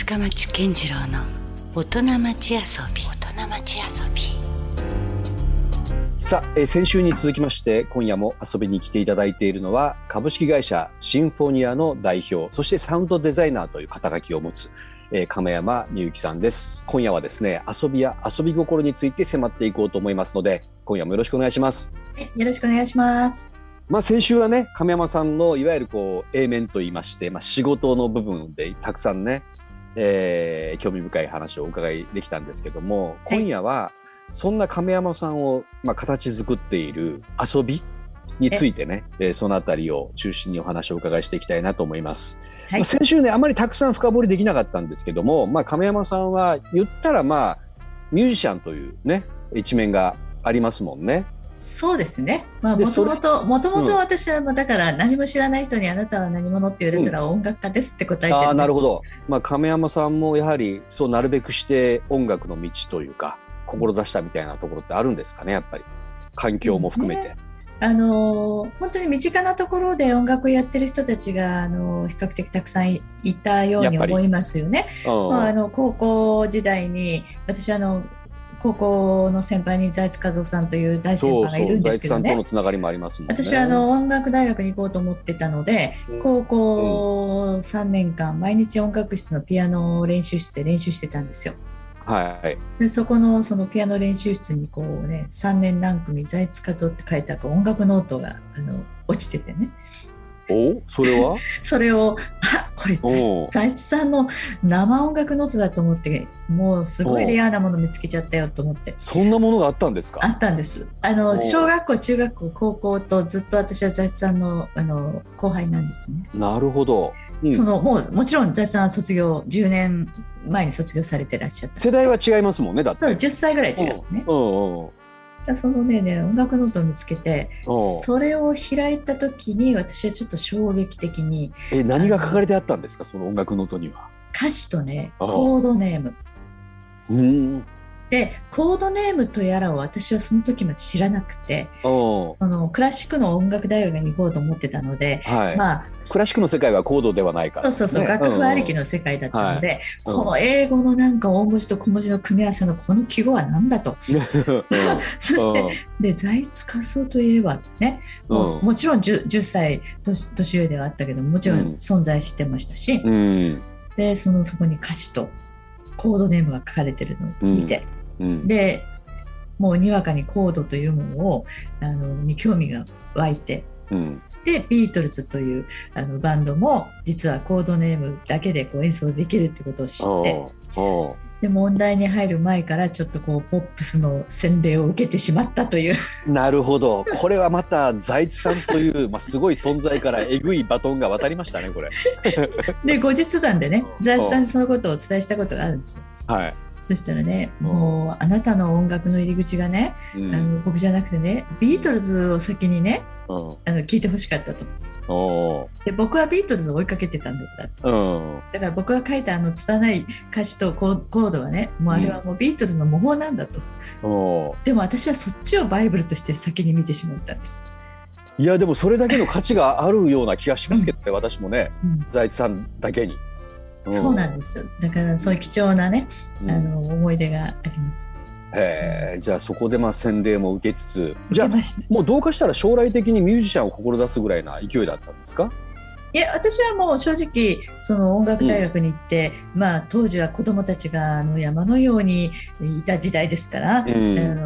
深町健次郎の大人町遊び。 さあ、先週に続きまして今夜も遊びに来ていただいているのは株式会社シンフォニアの代表、そしてサウンドデザイナーという肩書きを持つ、亀山みゆきさんです。今夜はですね、遊びや遊び心について迫っていこうと思いますので、今夜もよろしくお願いします。 よろしくお願いします。 先週はね、亀山さんのいわゆるA 面といいまして、仕事の部分でたくさんね、興味深い話をお伺いできたんですけども、今夜はそんな亀山さんを形作っている遊びについてね、そのあたりを中心にお話をお伺いしていきたいなと思います。はい、先週ね、あまりたくさん深掘りできなかったんですけども、亀山さんは言ったらミュージシャンというね一面がありますもんね。 そうですね。もともと私はだから何も知らない人にあなたは何者って言われたら音楽家ですって答えてるんです。 なるほど。亀山さんもやはりそうなるべくして音楽の道というか志したみたいなところってあるんですかね、やっぱり環境も含めて。 本当に身近なところで音楽をやってる人たちが比較的たくさんいたように思いますよね。高校時代に私高校の先輩に財津和夫さんという大先輩がいるんですけどね。 財津さんとのつながりもありますもんね。 私は音楽大学に行こうと思ってたので、高校3年間毎日音楽室のピアノ練習室で練習してたんですよ。 はい、 でそのピアノ練習室に3年何組財津和夫って書いてある音楽ノートが落ちててね。 それはそれをこれ財津さんの生音楽ノートだと思って、もうすごいレアなもの見つけちゃったよと思って。 そんなものがあったんですか？ あったんです。小学校中学校高校とずっと私は財津さんの後輩なんですね。 なるほど。 もちろん財津さんは10年前に卒業されてらっしゃったんです。 世代は違いますもんね。だってそう10歳ぐらい違うね。その音楽ノートを見つけて、それを開いた時に私はちょっと衝撃的に。 何が書かれてあったんですか、その音楽ノートには。 歌詞とね、コードネーム。でコードネームとやらを私はその時まで知らなくて、クラシックの音楽大学に行こうと思ってたので、 クラシックの世界はコードではないから、ね、 そう楽譜ありきの世界だったので、この英語の大文字と小文字の組み合わせのこの記号は何だとそして財津和夫といえばね、もちろん 10歳年上ではあったけどもちろん存在してましたし、でそこに歌詞とコードネームが書かれてるのを見て、でもうにわかにコードというものをに興味が湧いて、でビートルズというバンドも実はコードネームだけで演奏できるってことを知って、で問題に入る前からちょっとポップスの洗礼を受けてしまったという。 なるほど。これはまた財津さんというすごい存在からえぐいバトンが渡りましたね、これ。 で後日談でね、財津さんにそのことをお伝えしたことがあるんですよ。そしたらね、もうあなたの音楽の入り口がね、僕じゃなくてね、ビートルズを先にね、聞いてほしかったと。で僕はビートルズを追いかけてたんだと。だから僕が書いた拙い歌詞とコードはね、もうあれはもうビートルズの模倣なんだと。でも私はそっちをバイブルとして先に見てしまったんです。 いやでもそれだけの価値があるような気がしますけどね、私もね、財津さんだけに。 そうなんですよ。だからそういう貴重なね、思い出があります。 じゃあそこで洗礼も受けつつ、じゃあもうどうかしたら将来的にミュージシャンを志すぐらいな勢いだったんですか？ いや私はもう正直音楽大学に行って、当時は子どもたちが山のようにいた時代ですから、教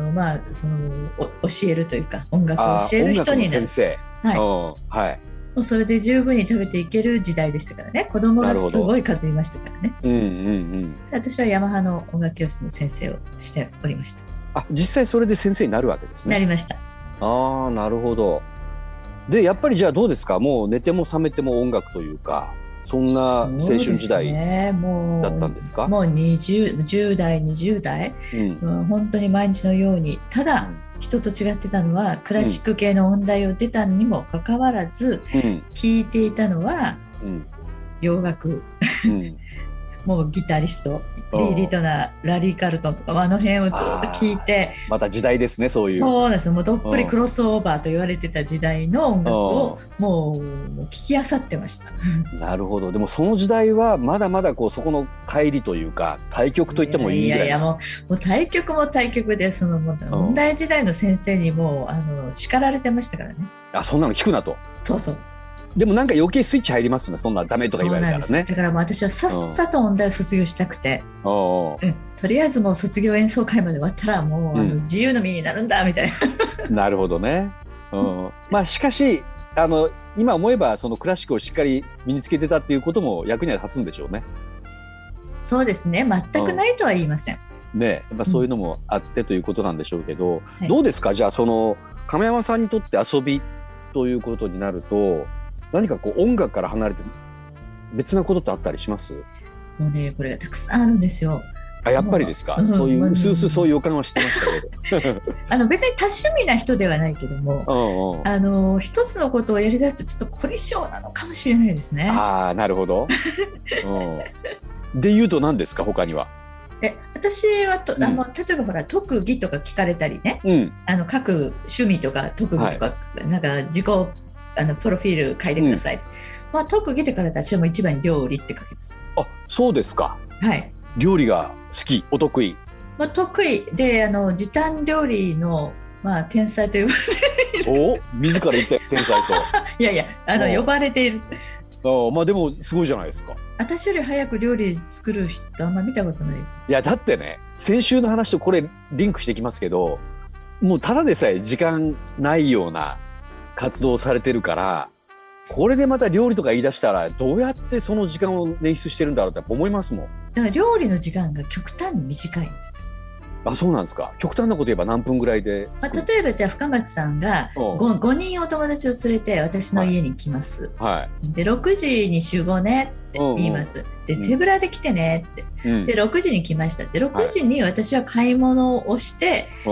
えるというか音楽を教える人になる。それで十分に食べていける時代でしたからね。子供がすごい数いましたからね。私はヤマハの音楽教室の先生をしておりました。 実際それで先生になるわけですね。 なりました。 なるほど。でやっぱりじゃあどうですか、もう寝ても覚めても音楽というか、そんな青春時代だったんですか？ もう10代20代、本当に毎日のように、ただ、人と違ってたのはクラシック系の音大を出たにもかかわらず、聴いていたのは洋楽、 もうギタリストリー・リトナー、ラリー・カルトンとかあの辺をずっと聞いて、 また時代ですね、そういう。 そうなんです。もうどっぷりクロスオーバーと言われてた時代の音楽をもう聞き漁ってました。 なるほど。でもその時代はまだまだこうそこの乖離というか対極と言ってもいいぐらい。 いやもう対極も対極で、その問題時代の先生にも叱られてましたからね。 あ、そんなの聞くなと。 そうそう。 でもなんか余計スイッチ入りますね、そんなダメとか言われたらね。 だからもう私はさっさと音大を卒業したくて、とりあえずもう卒業演奏会まで終わったらもう、自由の身になるんだみたいな。なるほどね。まあしかし今思えばそのクラシックをしっかり身につけてたっていうことも役には立つんでしょうね。 そうですね、全くないとは言いません。 ね、やっぱそういうのもあってということなんでしょうけど、どうですか、じゃあその亀山さんにとって遊びということになると何かこう音楽から離れて別なことってあったりします？ もうね、これがたくさんあるんですよ。 あ、やっぱりですか。そういう薄々そういう予感はしてましたけど別に多趣味な人ではないけども、一つのことをやりだすとちょっと凝り性なのかもしれないですね。 ああ、なるほどで言うと何ですか、他には。 私は例えばほら特技とか聞かれたりね、各趣味とか特技とか、なんか自己プロフィール書いてください、特技でから私はもう一番に料理って書きます。 あ、そうですか。 はい。料理が好き、お得意。 得意で時短料理の天才と呼ばれている。 自ら言って天才といやいや呼ばれている。 でもすごいじゃないですか。 私より早く料理作る人あんま見たことない。いやだってね、先週の話とこれリンクしてきますけど、もうただでさえ時間ないような活動をされてるから、これでまた料理とか言い出したらどうやってその時間を捻出してるんだろうってやっぱ思いますもん。 だから料理の時間が極端に短いんです。 あ、そうなんですか。極端なこと言えば何分ぐらいで例えばじゃあ深松さんが 5人お友達を連れて私の家に来ます、で6時に集合ねって言います、で手ぶらで来てねって、で6時に来ました。で6時に私は買い物をして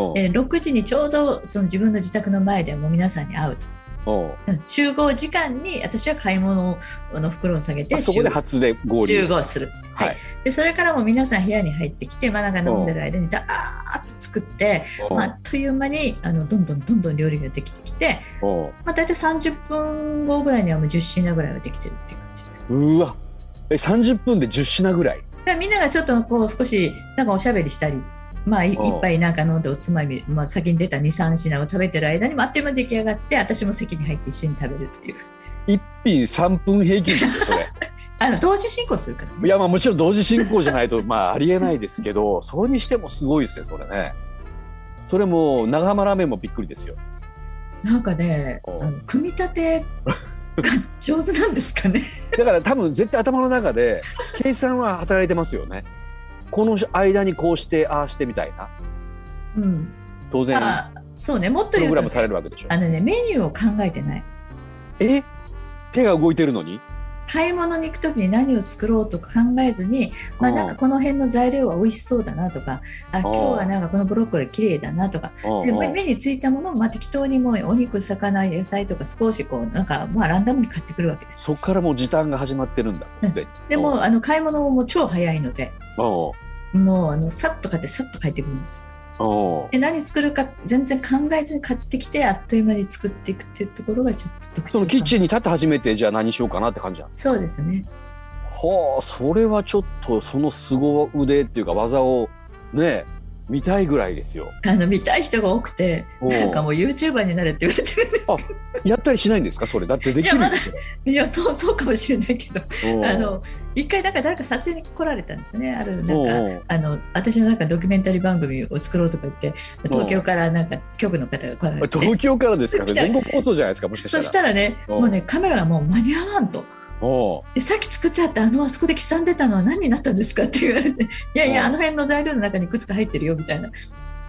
、6時にちょうどその自分の自宅の前でもう皆さんに会うと。集合時間に私は買い物の袋を下げてそこで初で集合する、でそれからも皆さん部屋に入ってきて、なんか飲んでる間にダーッと作って、あっという間にどんどん料理ができてきて、大体30分後ぐらいにはもう10品ぐらいはできてるっていう感じです。 うわ、30分で10品ぐらい。 だからみんながちょっとこう少しなんかおしゃべりしたり、一杯なんか飲んでおつまみ、先に出た 2,3 品を食べてる間にあっという間に出来上がって、私も席に入って一緒に食べるっていう。 1品3分平均ですよそれ同時進行するから、ね、 いやもちろん同時進行じゃないとありえないですけど、それにしてもすごいですねそれね。それも長浜ラーメンもびっくりですよ。 なんかね、組み立てが上手なんですかねだから多分絶対頭の中で計算は働いてますよね。この間にこうしてああしてみたいな、当然そうね、もっと言うと、 プログラムされるわけでしょ。 メニューを考えてない。 手が動いてるのに買い物に行くときに何を作ろうとか考えずに、なんかこの辺の材料は美味しそうだなとか、今日はなんかこのブロッコリー綺麗だなとか、で目についたものを適当にもうお肉、魚、野菜とか少しこうなんかランダムに買ってくるわけです。 そこからもう時短が始まってるんだ。 でも買い物も超早いので、もうさっと買ってさっと帰ってくるんです。で何作るか全然考えずに買ってきてあっという間に作っていくっていうところがちょっと特徴。 そのキッチンに立って初めてじゃあ何しようかなって感じなんですか。 そうですね。 それはちょっとその凄腕っていうか技をね見たいぐらいですよ。 見たい人が多くて、なんかもう YouTuber になれって言われてるんですけど。 やったりしないんですかそれ。だってできるんですよ。 いやそうかもしれないけど、一回なんか誰か撮影に来られたんですね。なんか私のなんかドキュメンタリー番組を作ろうとか言って東京からなんか局の方が来られて。 東京からですか。全国放送じゃないですかもしかしたら。 そしたらね、もうねカメラがもう間に合わんと。でさっき作っちゃってあそこで刻んでたのは何になったんですかって言われて、いやいやあの辺の材料の中にいくつか入ってるよみたいな。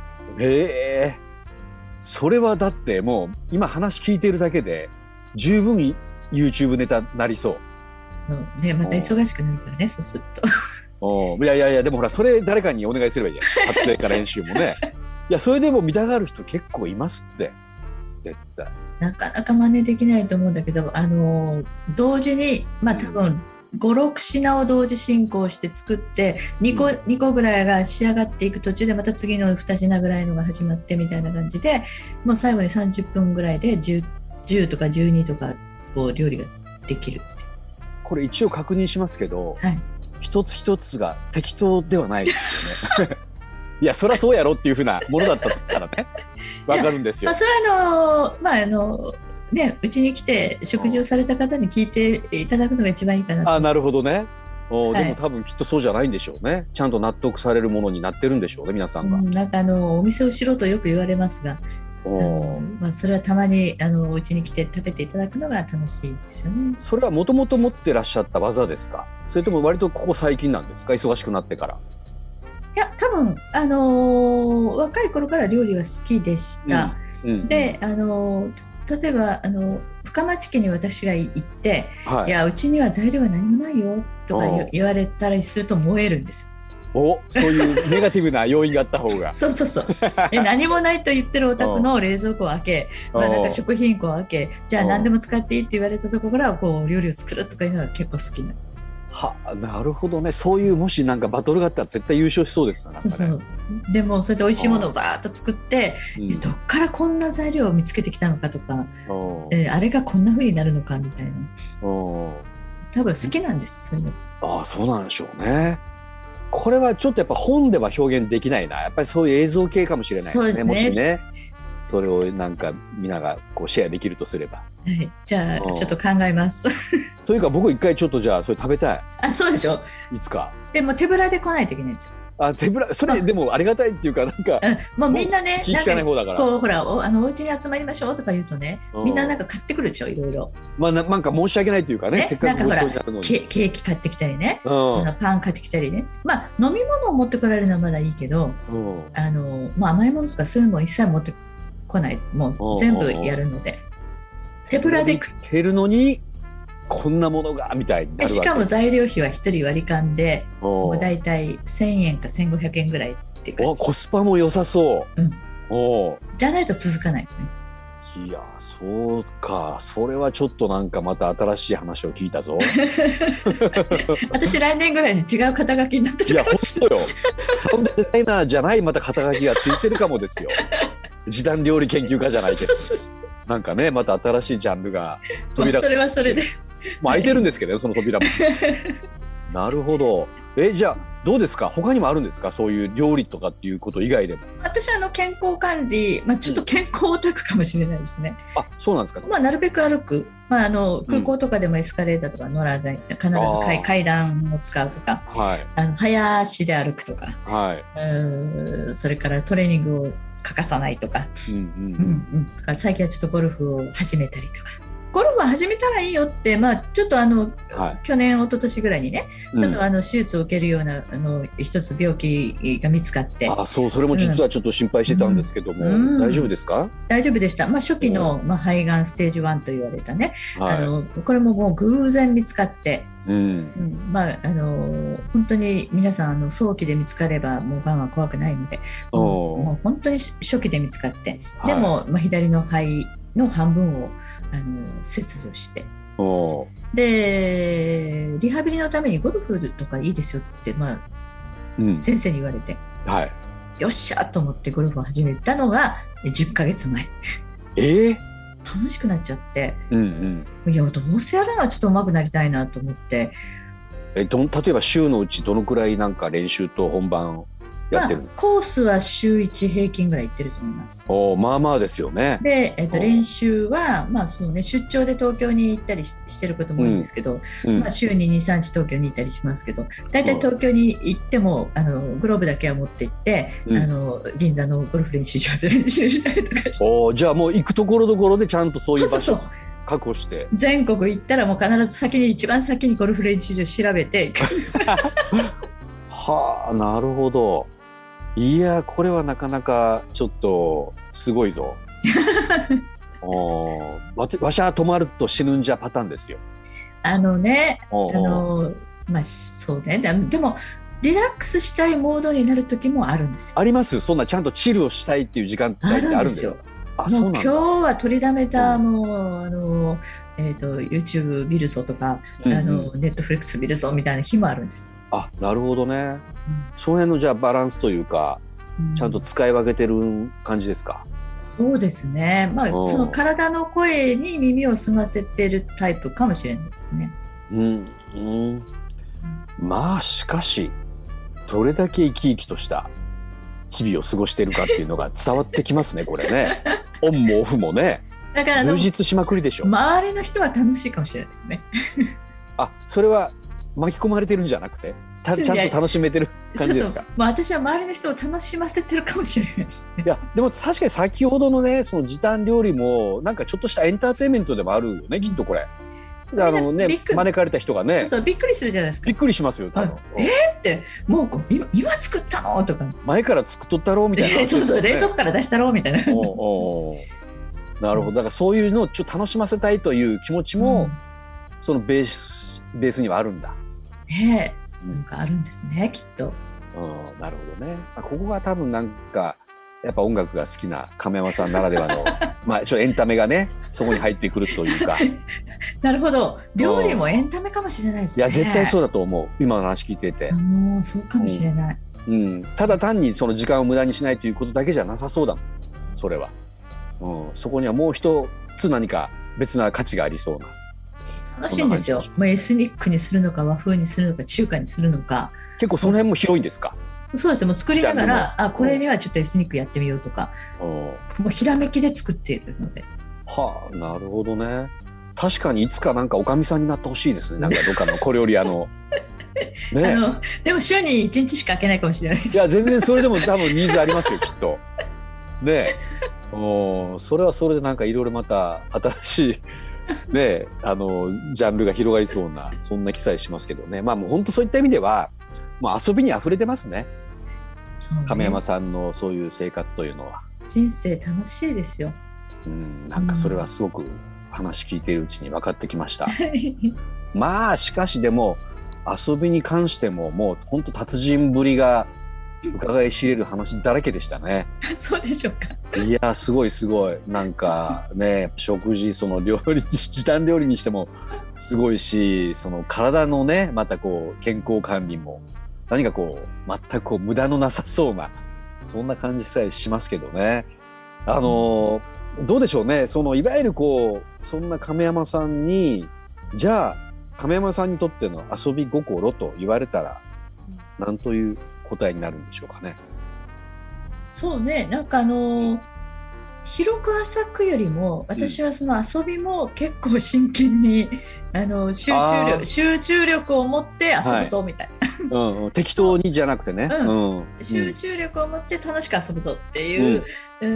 それはだってもう今話聞いてるだけで十分 YouTube ネタなりそう。 ね、また忙しくなるからねそうすると。 いやでもほらそれ誰かにお願いすればいいじゃん。撮影から練習もねいやそれでも見たがる人結構いますって絶対。 なかなか真似できないと思うんだけど、同時に多分 6品を同時進行して作って2個ぐらいが仕上がっていく途中でまた次の2品ぐらいのが始まってみたいな感じで、もう最後に30分ぐらいで 10とか12とかこう料理ができる。 これ一応確認しますけど、 はい、 一つ一つが適当ではないですよね。いや、そりゃそうやろっていうふうなものだったからね、わかるんですよ。 それはね、うちに来て食事をされた方に聞いていただくのが一番いいかなと。 なるほどね。 はい、 でも多分きっとそうじゃないんでしょうね。ちゃんと納得されるものになってるんでしょうね、皆さんが。 なんかお店をしろとよく言われますが、それはたまにうちに来て食べていただくのが楽しいですよね。 それはもともと持ってらっしゃった技ですか、それとも割とここ最近なんですか、忙しくなってから。 いや、多分若い頃から料理は好きでした。で例えば深町家に私が行って、はい、いやうちには材料は何もないよとか言われたりすると燃えるんですよ。 そういうネガティブな要因があった方がそう何もないと言ってるお宅の冷蔵庫を開け、なんか食品庫を開け、じゃあ何でも使っていいって言われたところからこう料理を作るとかいうのが結構好きなんです。 なるほどね。そういうもしなんかバトルがあったら絶対優勝しそうですよね。 でもそれで美味しいものをバーッと作って、どっからこんな材料を見つけてきたのかとか、あれがこんな風になるのかみたいな、多分好きなんです、そういうの。 そうなんでしょうね。これはちょっとやっぱ本では表現できないな、やっぱりそういう映像系かもしれないですね。そうですね。もしね、それをなんかみんながこうシェアできるとすれば、 はい、じゃあちょっと考えますというか僕一回ちょっとじゃあそれ食べたい。 そうでしょ。 いつか。 でも手ぶらで来ないといけないんですよ。 手ぶら、それでもありがたいっていうか、なんかもうみんなね、 気利かない方だから、 こうほらお家に集まりましょうとか言うとね、みんななんか買ってくるでしょ、いろいろ。 なんか申し訳ないというかね、せっかくごちそうになるのにケーキ買ってきたりね、パン買ってきたりね、飲み物を持ってこられるのはまだいいけど、甘いものとかそういうのも一切持ってこない、もう全部やるので、手ぶらで食ってるのにこんなものがみたいになるわけ。 しかも材料費は1人割り勘で、もうだいたい1000円か1500円ぐらいっていう感じ。 コスパも良さそう。 じゃないと続かないね。いや、そうか。それはちょっとなんかまた新しい話を聞いたぞ。 私来年ぐらいに違う肩書きになってるかもしれない。いや、 本当よ。サウンドデザイナーじゃまた肩書きがついてるかもですよ。時短料理研究家じゃないです。なんかね、また新しいジャンルが扉、それはそれで開いてるんですけどね、その扉も。なるほど。じゃあどうですか、他にもあるんですか、そういう料理とかっていうこと以外でも。 私は健康管理、ちょっと健康オタクかもしれないですね。 そうなんですか。 なるべく歩く、空港とかでもエスカレーターとか乗らずに必ず階段を使うとか、早足で歩くとか、それからトレーニングを欠かさないとか、最近はちょっとゴルフを始めたりとか。ゴルフは始めたらいいよって、ちょっと去年一昨年ぐらいにね、ちょっと手術を受けるような一つ病気が見つかって、 それも実はちょっと心配してたんですけども、大丈夫ですか？ 大丈夫でした。初期の肺がんステージ1と言われたね、これももう偶然見つかって、本当に皆さん早期で見つかればもうがんは怖くないので、もう本当に初期で見つかって、でも左の肺の半分を切除して、でリハビリのためにゴルフとかいいですよって、先生に言われて、よっしゃと思ってゴルフを始めたのが10ヶ月前。楽しくなっちゃって、いやどうせやるのはちょっと上手くなりたいなと思って。 例えば週のうちどのくらいなんか練習と本番やってるんですか？ コースは週1平均ぐらい行ってると思います。 まあまあですよね。 で、練習は、そうね、出張で東京に行ったりしてることも多いんですけど、週に2、3日東京に行ったりしますけど、大体東京に行ってもグローブだけは持って行って、銀座のゴルフ練習場で練習したりとかして。 じゃあもう行くところどころでちゃんとそういう場所確保して。 全国行ったらもう必ず一番先にゴルフ練習場調べてなるほど。いや、これはなかなかちょっとすごいぞ。わしゃ止まると死ぬんじゃパターンですよ。 そうね。でもリラックスしたいモードになる時もあるんですよ。 あります。そんなちゃんとチルをしたいっていう時間帯ってあるんですか？ あ、そうなんだ。 もう今日は取りだめた、もうYouTube 見るぞとか、Netflix 見るぞみたいな日もあるんです。 あ、なるほどね。その辺のじゃあバランスというか、ちゃんと使い分けてる感じですか。 そうですね。まあその体の声に耳を澄ませてるタイプかもしれないですね。 まあしかしどれだけ生き生きとした日々を過ごしているかっていうのが伝わってきますね、これね。オンもオフもね、 だから充実しまくりでしょ。 周りの人は楽しいかもしれないですね。 あ、それは巻き込まれてるんじゃなくて、ちゃんと楽しめてる感じですか。 まあ、私は周りの人を楽しませてるかもしれないですね。 いやでも確かに先ほどのね、その時短料理もなんかちょっとしたエンターテインメントでもあるよね、きっとこれ。招かれた人がね、 そうびっくりするじゃないですか。 びっくりしますよ、多分。 ってもう今作ったのとか、 前から作っとったろうみたいな、 そうそう、冷蔵庫から出したろうみたいな。なるほど。だからそういうのをちょっと楽しませたいという気持ちも、そのベースにはあるんだね。なんかあるんですね、きっと。 なるほどね。ここが多分なんかやっぱ音楽が好きな亀山さんならではのまあちょっとエンタメがね、そこに入ってくるというか。 なるほど、料理もエンタメかもしれないですね。 いや絶対そうだと思う、今の話聞いてて。 もうそうかもしれない。 ただ単にその時間を無駄にしないということだけじゃなさそうだもん、それは。そこにはもう一つ何か別な価値がありそうな。 楽しいんですよ。もうエスニックにするのか和風にするのか中華にするのか。 結構その辺も広いんですか。 そうですよ。もう作りながら、これにはちょっとエスニックやってみようとか、もうひらめきで作っているので。 はあ、なるほどね。確かにいつかなんかおかみさんになってほしいですね。なんかどっかの小料理屋の。 ね、でも週に1日しか開けないかもしれないです。 いや全然それでも多分ニーズありますよ、きっと。ね、それはそれでなんかいろいろまた新しいね、ジャンルが広がりそうな、そんな気さえしますけどね。まあもう本当そういった意味ではもう遊びにあふれてますね。亀山さんのそういう生活というのは。 人生楽しいですよ。 なんかそれはすごく話聞いているうちに分かってきました。まあしかしでも遊びに関してももう本当達人ぶりが伺い知れる話だらけでしたね。 そうでしょうか。 いやすごいすごい、なんかね、食事、その料理、時短料理にしてもすごいし、その体のねまたこう健康管理も何かこう全くこう無駄のなさそうな、そんな感じさえしますけどね。どうでしょうね、そのいわゆるこうそんな亀山さんに、じゃあ亀山さんにとっての遊び心と言われたら何という答えになるんでしょうかね。 そうね、なんか広く浅くよりも私はその遊びも結構真剣に集中力を持って遊ぶぞみたいな、 適当にじゃなくてね、 集中力を持って楽しく遊ぶぞっていう、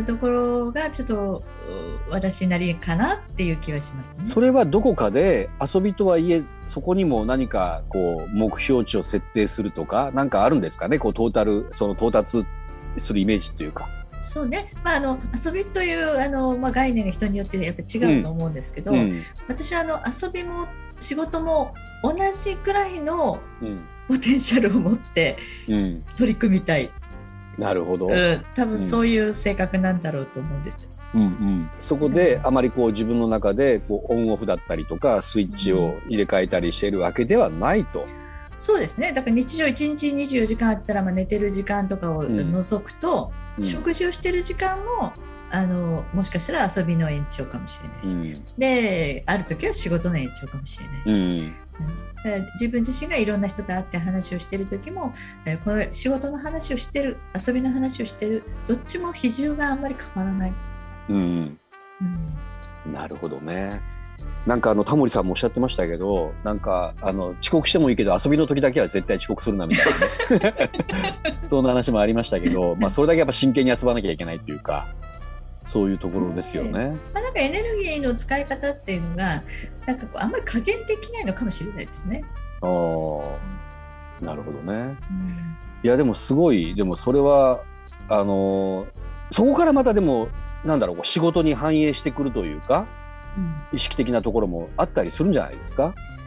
ところがちょっと私なりかなっていう気はしますね。 それはどこかで遊びとはいえそこにも何かこう目標値を設定するとか何かあるんですかね、こう到達するイメージというか。 そうね、遊びという概念が人によってやっぱ違うと思うんですけど、私は遊びも仕事も同じくらいのポテンシャルを持って取り組みたい、 なるほど、 多分そういう性格なんだろうと思うんですよ。 そこであまりこう自分の中でこうオンオフだったりとかスイッチを入れ替えたりしているわけではないと。 そうですね、だから日常1日24時間あったら、寝てる時間とかを除くと、食事をしてる時間ももしかしたら遊びの延長かもしれないし、である時は仕事の延長かもしれないし、自分自身がいろんな人と会って話をしている時も、この仕事の話をしてる、遊びの話をしてる、どっちも比重があんまり変わらない。 なるほどね。なんかタモリさんもおっしゃってましたけど、なんか遅刻してもいいけど遊びの時だけは絶対遅刻するなみたいなねそんな話もありましたけど、それだけやっぱ真剣に遊ばなきゃいけないというか、そういうところですよね。 なんかエネルギーの使い方っていうのがなんかこうあんまり加減できないのかもしれないですね。 なるほどね。いやでもすごい、でもそれはそこからまたでもなんだろう、仕事に反映してくるというか、意識的なところもあったりするんじゃないですか。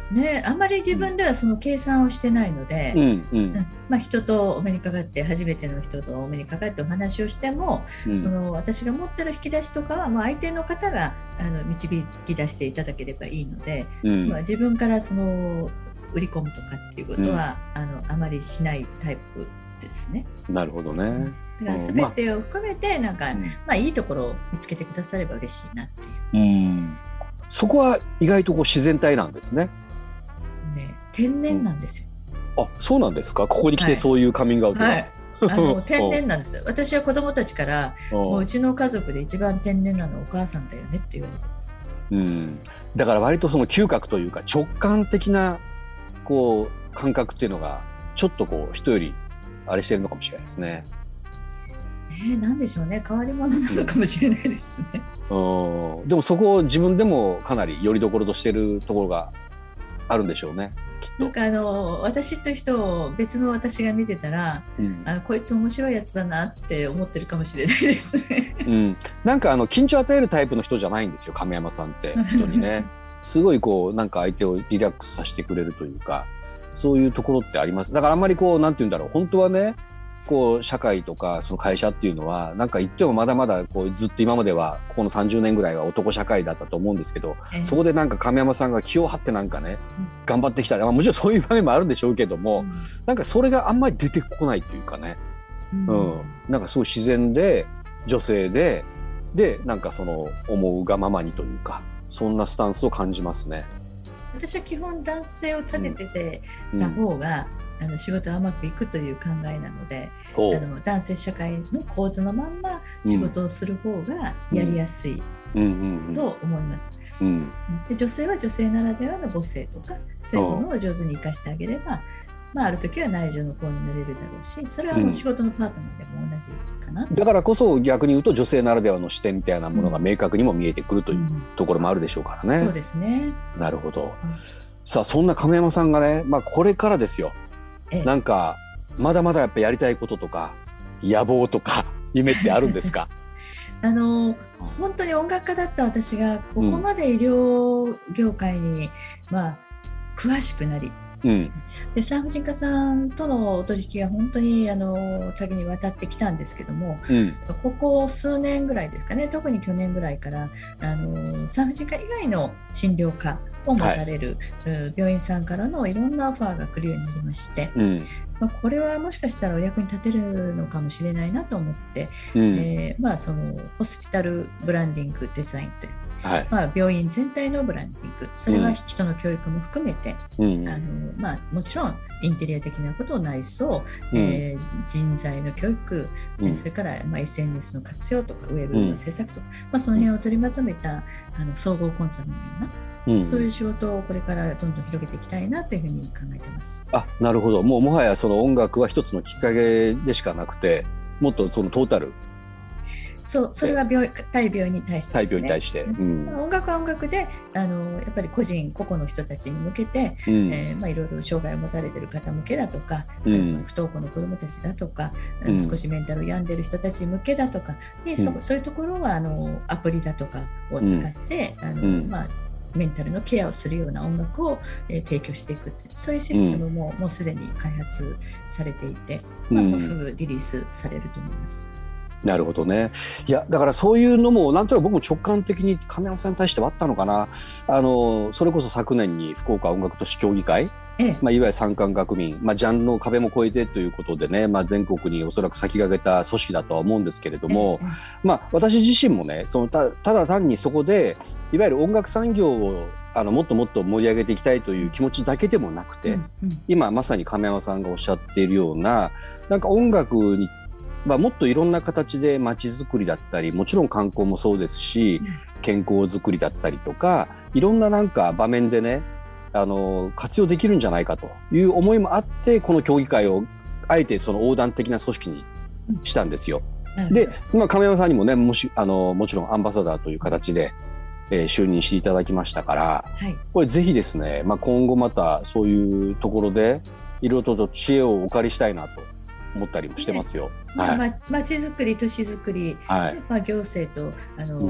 ね、あんまり自分ではその計算をしてないので、人とお目にかかって初めての人とお目にかかってお話をしても、その私が持ってる引き出しとかは、相手の方が導き出していただければいいので、自分からその売り込むとかっていうことは、あまりしないタイプですね。 なるほどね。 だから全てを含めてなんか、いいところを見つけてくだされば嬉しいなっていう。 そこは意外と自然体なんですね。 天然なんですよ。 あ、そうなんですか。ここに来てそういうカミングアウトが、 天然なんですよ。私は子供たちからもううちの家族で一番天然なのはお母さんだよねって言われてます。 だから割とその嗅覚というか直感的な感覚っていうのがちょっと人よりあれしてるのかもしれないですね。 なんでしょうね、変わり者なのかもしれないですね。 でもそこを自分でもかなりよりどころとしてるところがあるんでしょうね。 なんか私という人を別の私が見てたら、こいつ面白いやつだなって思ってるかもしれないですね。 なんか緊張を与えるタイプの人じゃないんですよ、亀山さんって人にね。すごいなんか相手をリラックスさせてくれるというか、そういうところってあります。だからあんまりなんて言うんだろう、本当はね、社会とかその会社っていうのはなんか言ってもまだまだずっと今まではこの30年ぐらいは男社会だったと思うんですけど、そこでなんか亀山さんが気を張ってなんかね、頑張ってきた、もちろんそういう場面もあるんでしょうけども、なんかそれがあんまり出てこないというかね、なんかすごい自然で女性でなんかその思うがままにというか、そんなスタンスを感じますね。 私は基本男性を立ててた方が、仕事はうまくいくという考えなので、男性社会の構図のまんま仕事をする方がやりやすいと思います。で女性は女性ならではの母性とかそういうものを上手に生かしてあげれば、ある時は内助の功になれるだろうし、それは仕事のパートナーでも同じかな。 だからこそ逆に言うと女性ならではの視点みたいなものが明確にも見えてくるというところもあるでしょうからね。 そうですね。 なるほど。さあそんな亀山さんがね、これからですよ。なんかまだまだやっぱやりたいこととか野望とか夢ってあるんですか？ 本当に音楽家だった私がここまで医療業界に、詳しくなり、で産婦人科さんとのお取引が本当に多岐にわたってきたんですけども、ここ数年ぐらいですかね、特に去年ぐらいから産婦人科以外の診療科を持たれる、病院さんからのいろんなオファーが来るようになりまして、これはもしかしたらお役に立てるのかもしれないなと思って、そのホスピタルブランディングデザインという、病院全体のブランディング、それは人の教育も含めて、もちろんインテリア的なことを内装、人材の教育、それから、SNS の活用とかウェブの制作とか、その辺を取りまとめた総合コンサルのようなそういう仕事をこれからどんどん広げていきたいなというふうに考えています。 なるほど。もはやその音楽は一つのきっかけでしかなくて、もっとそのトータル。 それは対病院に対してですね。 対病院に対して、 音楽は音楽でやっぱり個々の人たちに向けて、いろいろ障害を持たれている方向けだとか、不登校の子どもたちだとか、少しメンタルを病んでいる人たち向けだとかに、そういうところはアプリだとかを使って、メンタルのケアをするような音楽を、提供していく、そういうシステムも、もうすでに開発されていて、もうすぐリリースされると思います。 なるほどね。いやだからそういうのもなんとなく僕も直感的に亀山さんに対してはあったのかな。それこそ昨年に福岡音楽都市協議会、いわゆる産官学民、ジャンルの壁も越えてということでね、全国におそらく先駆けた組織だとは思うんですけれども、私自身もね、ただ単にそこでいわゆる音楽産業をもっともっと盛り上げていきたいという気持ちだけでもなくて、今まさに亀山さんがおっしゃっているような、なんか音楽にもっといろんな形で街づくりだったり、もちろん観光もそうですし、健康づくりだったりとか、いろんななんか場面でね、活用できるんじゃないかという思いもあって、この協議会をあえてその横断的な組織にしたんですよ。で、亀山さんにもね、もちろんアンバサダーという形で、就任していただきましたから、これぜひですね、今後またそういうところでいろいろと知恵をお借りしたいなと思ったりもしてますよ。 街づくり、都市づくり、行政と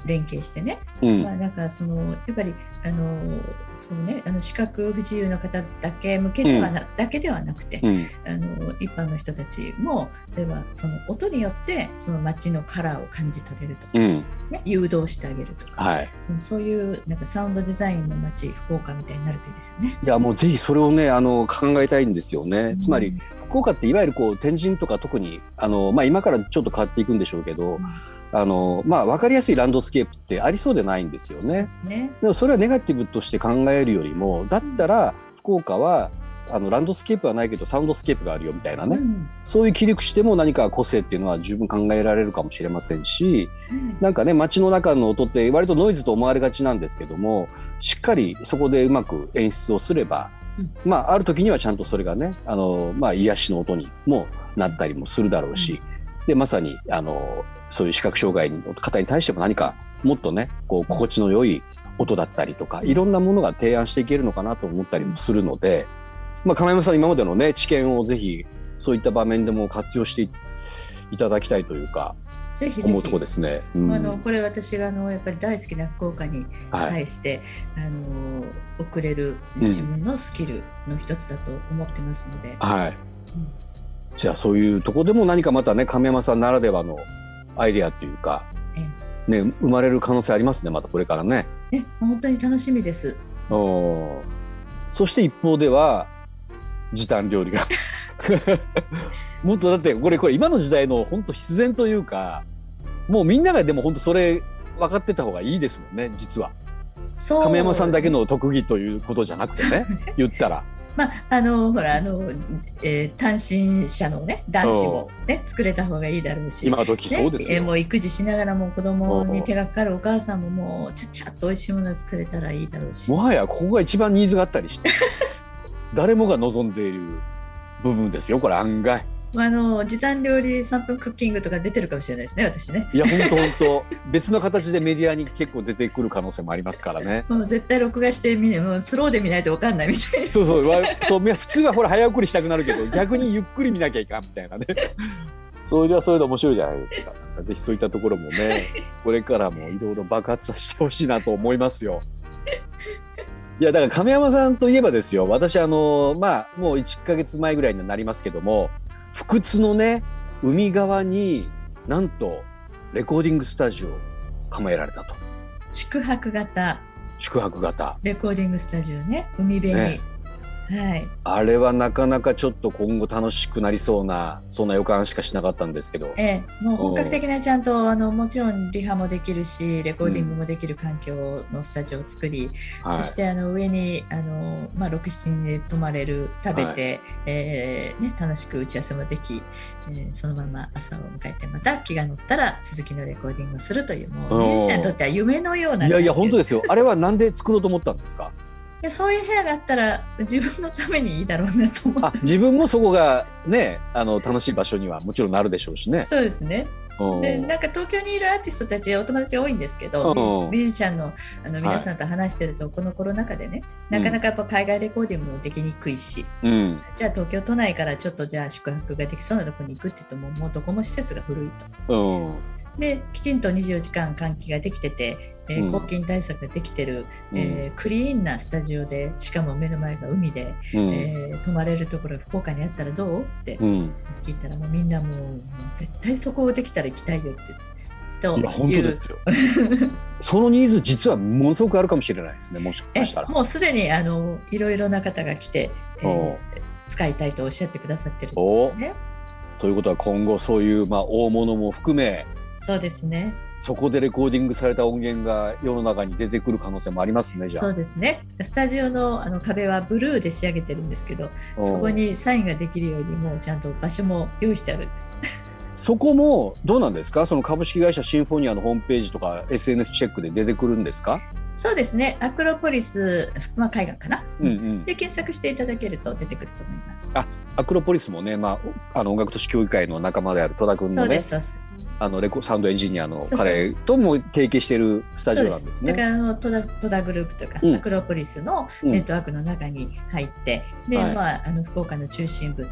連携してね、なんかそのやっぱりそうね、視覚不自由な方だけ向けではだけではなくて、一般の人たちも例えばその音によってその街のカラーを感じ取れるとか、ね、誘導してあげるとか、そういうなんかサウンドデザインの街福岡みたいになるといいですよね。 いやもうぜひそれをね考えたいんですよね。つまり福岡っていわゆるこう天神とか特に今からちょっと変わっていくんでしょうけど、分かりやすいランドスケープってありそうでないんですよね。でもそれはネガティブとして考えるよりも、だったら福岡はランドスケープはないけどサウンドスケープがあるよみたいなね、そういう切り口でも何か個性っていうのは十分考えられるかもしれませんし、なんかね街の中の音って割とノイズと思われがちなんですけども、しっかりそこでうまく演出をすれば、ある時にはちゃんとそれがね癒しの音にもなったりもするだろうし、でまさにそういう視覚障害の方に対しても何かもっとねこう心地の良い音だったりとかいろんなものが提案していけるのかなと思ったりもするので、亀山さん今までのね知見をぜひそういった場面でも活用していただきたいというかぜひぜひ思うところですね。 これ私がやっぱり大好きな福岡に対して、送れる自分のスキルの一つだと思ってますので、 じゃあそういうところでも何かまたね亀山さんならではのアイデアというか、ね、生まれる可能性ありますね、またこれからね。 本当に楽しみです。 そして一方では時短料理がもっとだってこれ今の時代の本当必然というか、もうみんながでも本当それ分かってた方がいいですもんね、実は。亀山さんだけの特技ということじゃなくてね言ったら。 ほら単身者のね男子もね作れた方がいいだろうし、 今時そうですよ、 もう育児しながらも子供に手がかかるお母さんももうちゃっちゃっと美味しいものを作れたらいいだろうし、 もはやここが一番ニーズがあったりして誰もが望んでいる部分ですよこれ案外。 時短料理3分クッキングとか出てるかもしれないですね、私ね。いや本当別の形でメディアに結構出てくる可能性もありますからね。 もう絶対録画してもうスローで見ないと分かんないみたいな。 そう普通はほら早送りしたくなるけど逆にゆっくり見なきゃいかんみたいなねそれはそれで面白いじゃないですか。ぜひそういったところもねこれからもいろいろ爆発させてほしいなと思いますよ。いやだから亀山さんといえばですよ、私もう1ヶ月前ぐらいになりますけども、福津のね海側になんとレコーディングスタジオを構えられたと。宿泊型レコーディングスタジオね、海辺に、 あれはなかなかちょっと今後楽しくなりそうなそんな予感しかしなかったんですけど、 もう本格的なちゃんともちろんリハもできるしレコーディングもできる環境のスタジオを作り、そして上に6、7人で泊まれる、食べて、楽しく打ち合わせもでき、そのまま朝を迎えてまた気が乗ったら続きのレコーディングをするという、もうミュージシャンにとっては夢のような。 いや本当ですよ。あれはなんで作ろうと思ったんですか？ そういう部屋があったら自分のためにいいだろうなと思って。 自分もそこがね楽しい場所にはもちろんなるでしょうしね。 そうですね。でなんか東京にいるアーティストたちお友達が多いんですけど、ミュージシャンの皆さんと話してると、このコロナ禍でねなかなかやっぱ海外レコーディングもできにくいし、じゃあ東京都内からちょっとじゃあ宿泊ができそうなところに行くって言ってももうどこも施設が古いと。できちんと24時間換気ができてて、抗菌対策ができてる、クリーンなスタジオで、しかも目の前が海で、泊まれるところが福岡にあったらどうって聞いたら、もうみんなもう絶対そこできたら行きたいよっていや本当ですよそのニーズ実はものすごくあるかもしれないですね、もしかしたら。 もうすでにいろいろな方が来て、使いたいとおっしゃってくださってるんですね。 ということは今後そういう大物も含め、 そうですね、 そこでレコーディングされた音源が世の中に出てくる可能性もありますね。じゃあそうですね。スタジオの壁はブルーで仕上げてるんですけど、そこにサインができるようにもうちゃんと場所も用意してあるんですそこもどうなんですか？その株式会社シンフォニアのホームページとか SNS チェックで出てくるんですか？ そうですね。アクロポリス、海岸かな、で検索していただけると出てくると思います。 アクロポリスもね、音楽都市協議会の仲間である戸田君のね、サウンドエンジニアの彼とも提携しているスタジオなんですね。 だから戸田グループとか、アクロポリスのネットワークの中に入って、で福岡の中心部と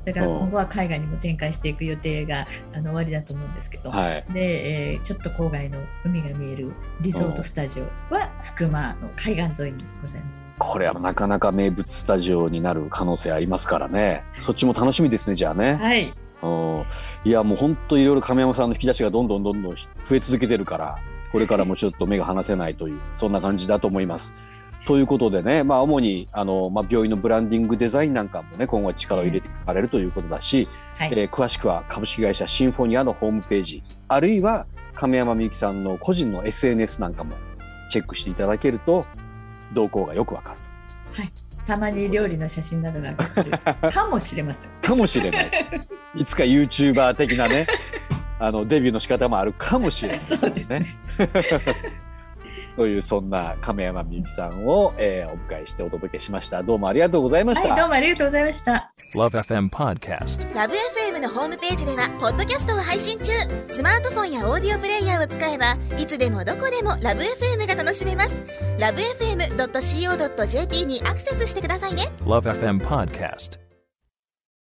それから今後は海外にも展開していく予定が終わりだと思うんですけど、でちょっと郊外の海が見えるリゾートスタジオは福間の海岸沿いにございます。 これはなかなか名物スタジオになる可能性ありますからね。そっちも楽しみですね、じゃあね。 はい。 いやもう本当いろいろ亀山さんの引き出しがどんどん増え続けてるから、これからもちょっと目が離せないというそんな感じだと思います。ということでね、主に病院のブランディングデザインなんかもね今後は力を入れていかれるということだし、詳しくは株式会社シンフォニアのホームページ、あるいは亀山みゆきさんの個人の SNS なんかもチェックしていただけると動向がよくわかる。 はい、たまに料理の写真などが上がってるかもしれません。 かもしれない。いつか YouTuber 的なねデビューの仕方もあるかもしれないですね。そうですね。というそんな亀山みゆきさんを、お迎えしてお届けしました。どうもありがとうございました。 はい、どうもありがとうございました。 LoveFM Podcast。LoveFM のホームページではポッドキャストを配信中。スマートフォンやオーディオプレイヤーを使えばいつでもどこでも LoveFM が楽しめます。 LoveFM.co.jp にアクセスしてくださいね。LoveFM Podcast。